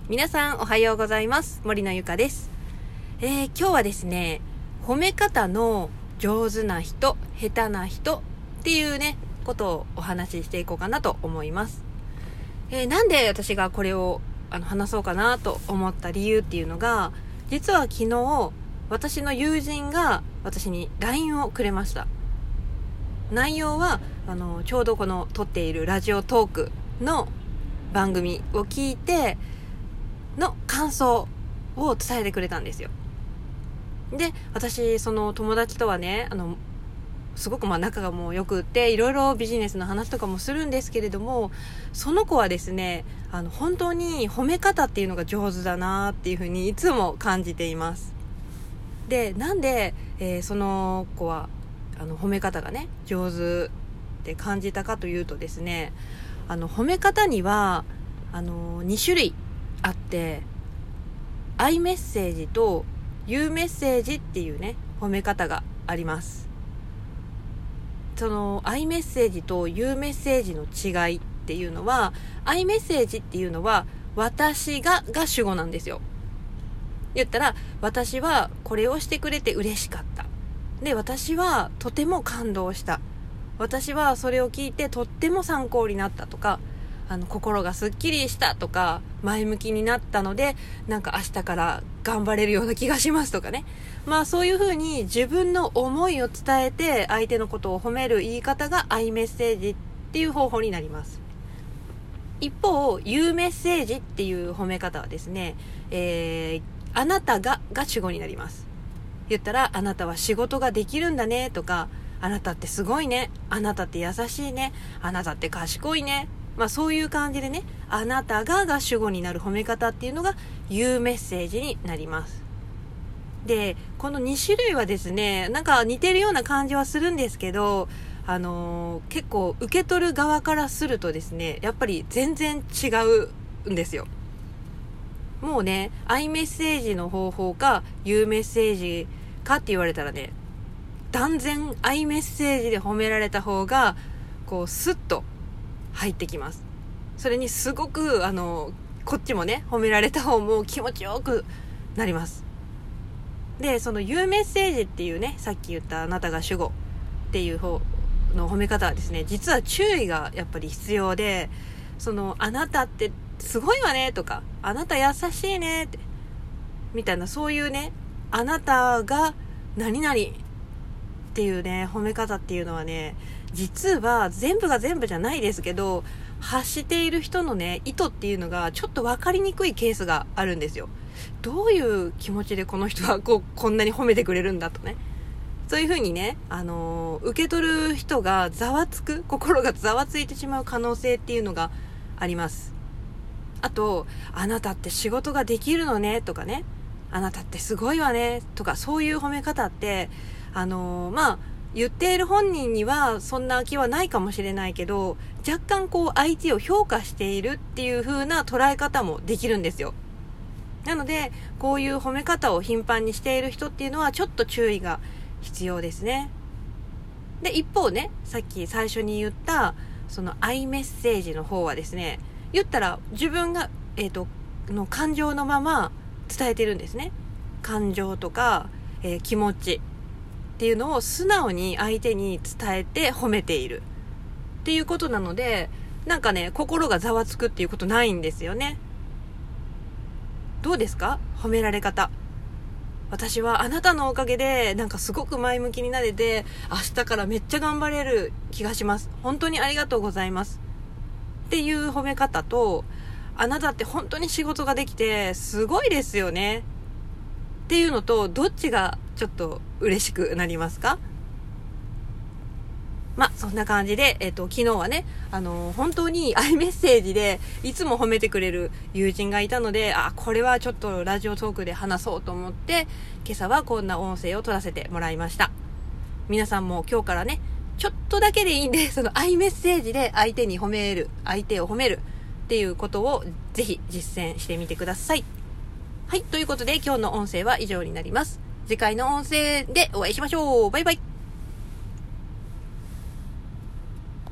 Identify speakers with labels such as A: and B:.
A: 皆さんおはようございます。森のゆかです。今日はですね、褒め方の上手な人、下手な人っていうね、ことをお話ししていこうかなと思います。なんで私がこれを話そうかなと思った理由っていうのが、実は昨日私の友人が私に LINE をくれました。内容はちょうどこの撮っているラジオトークの番組を聞いての感想を伝えてくれたんですよ。で、私その友達とはね、すごく仲がもう良くって、いろいろビジネスの話とかもするんですけれども、その子はですね、本当に褒め方っていうのが上手だなっていうふうにいつも感じています。で、なんで、その子は褒め方がね上手って感じたかというとですね、褒め方には2種類あって、アイメッセージとユーメッセージっていうね褒め方があります。そのアイメッセージとユーメッセージの違いっていうのは、アイメッセージっていうのは私が主語なんですよ。言ったら、私はこれをしてくれて嬉しかった、で私はとても感動した、私はそれを聞いてとっても参考になったとか、心がすっきりしたとか、前向きになったので明日から頑張れるような気がしますとかね、そういう風に自分の思いを伝えて相手のことを褒める言い方がアイメッセージっていう方法になります。一方、ユーメッセージっていう褒め方はですね、あなたが主語になります。言ったら、あなたは仕事ができるんだねとか、あなたってすごいね、あなたって優しいね、あなたって賢いね、そういう感じでね、あなたが主語になる褒め方っていうのがユーメッセージになります。で、この2種類はですね、似てるような感じはするんですけど、結構受け取る側からするとですね、やっぱり全然違うんですよ。もうね、アイメッセージの方法かユーメッセージかって言われたらね、断然アイメッセージで褒められた方がこうスッと入ってきます。それにすごくこっちもね、褒められた方も気持ちよくなります。で、そのユーメッセージっていうね、さっき言ったあなたが主語っていう方の褒め方はですね、実は注意がやっぱり必要で、あなたってすごいわねとか、あなた優しいねってみたいな、そういうね、あなたが何々っていうね褒め方っていうのはね、実は全部が全部じゃないですけど、発している人のね意図っていうのがちょっと分かりにくいケースがあるんですよ。どういう気持ちでこの人はこんなに褒めてくれるんだとね、そういう風にね、受け取る人が心がざわついてしまう可能性っていうのがあります。あと、あなたって仕事ができるのねとかね、あなたってすごいわねとか、そういう褒め方って言っている本人にはそんな気はないかもしれないけど、若干相手を評価しているっていう風な捉え方もできるんですよ。なので、こういう褒め方を頻繁にしている人っていうのはちょっと注意が必要ですね。で、一方ね、さっき最初に言ったそのアイメッセージの方はですね、言ったら自分がの感情のまま伝えてるんですね。感情とか、気持ちっていうのを素直に相手に伝えて褒めているっていうことなので、心がざわつくっていうことないんですよね。どうですか？褒められ方。私はあなたのおかげですごく前向きになれて、明日からめっちゃ頑張れる気がします。本当にありがとうございますっていう褒め方と、あなたって本当に仕事ができてすごいですよねっていうのと、どっちがちょっと嬉しくなりますか？そんな感じで、昨日はね、本当にアイメッセージでいつも褒めてくれる友人がいたので、これはちょっとラジオトークで話そうと思って、今朝はこんな音声を取らせてもらいました。皆さんも今日からね、ちょっとだけでいいんで、そのアイメッセージで相手を褒めるっていうことをぜひ実践してみてください。はい、ということで今日の音声は以上になります。次回の音声でお会いしましょう。バイバイ。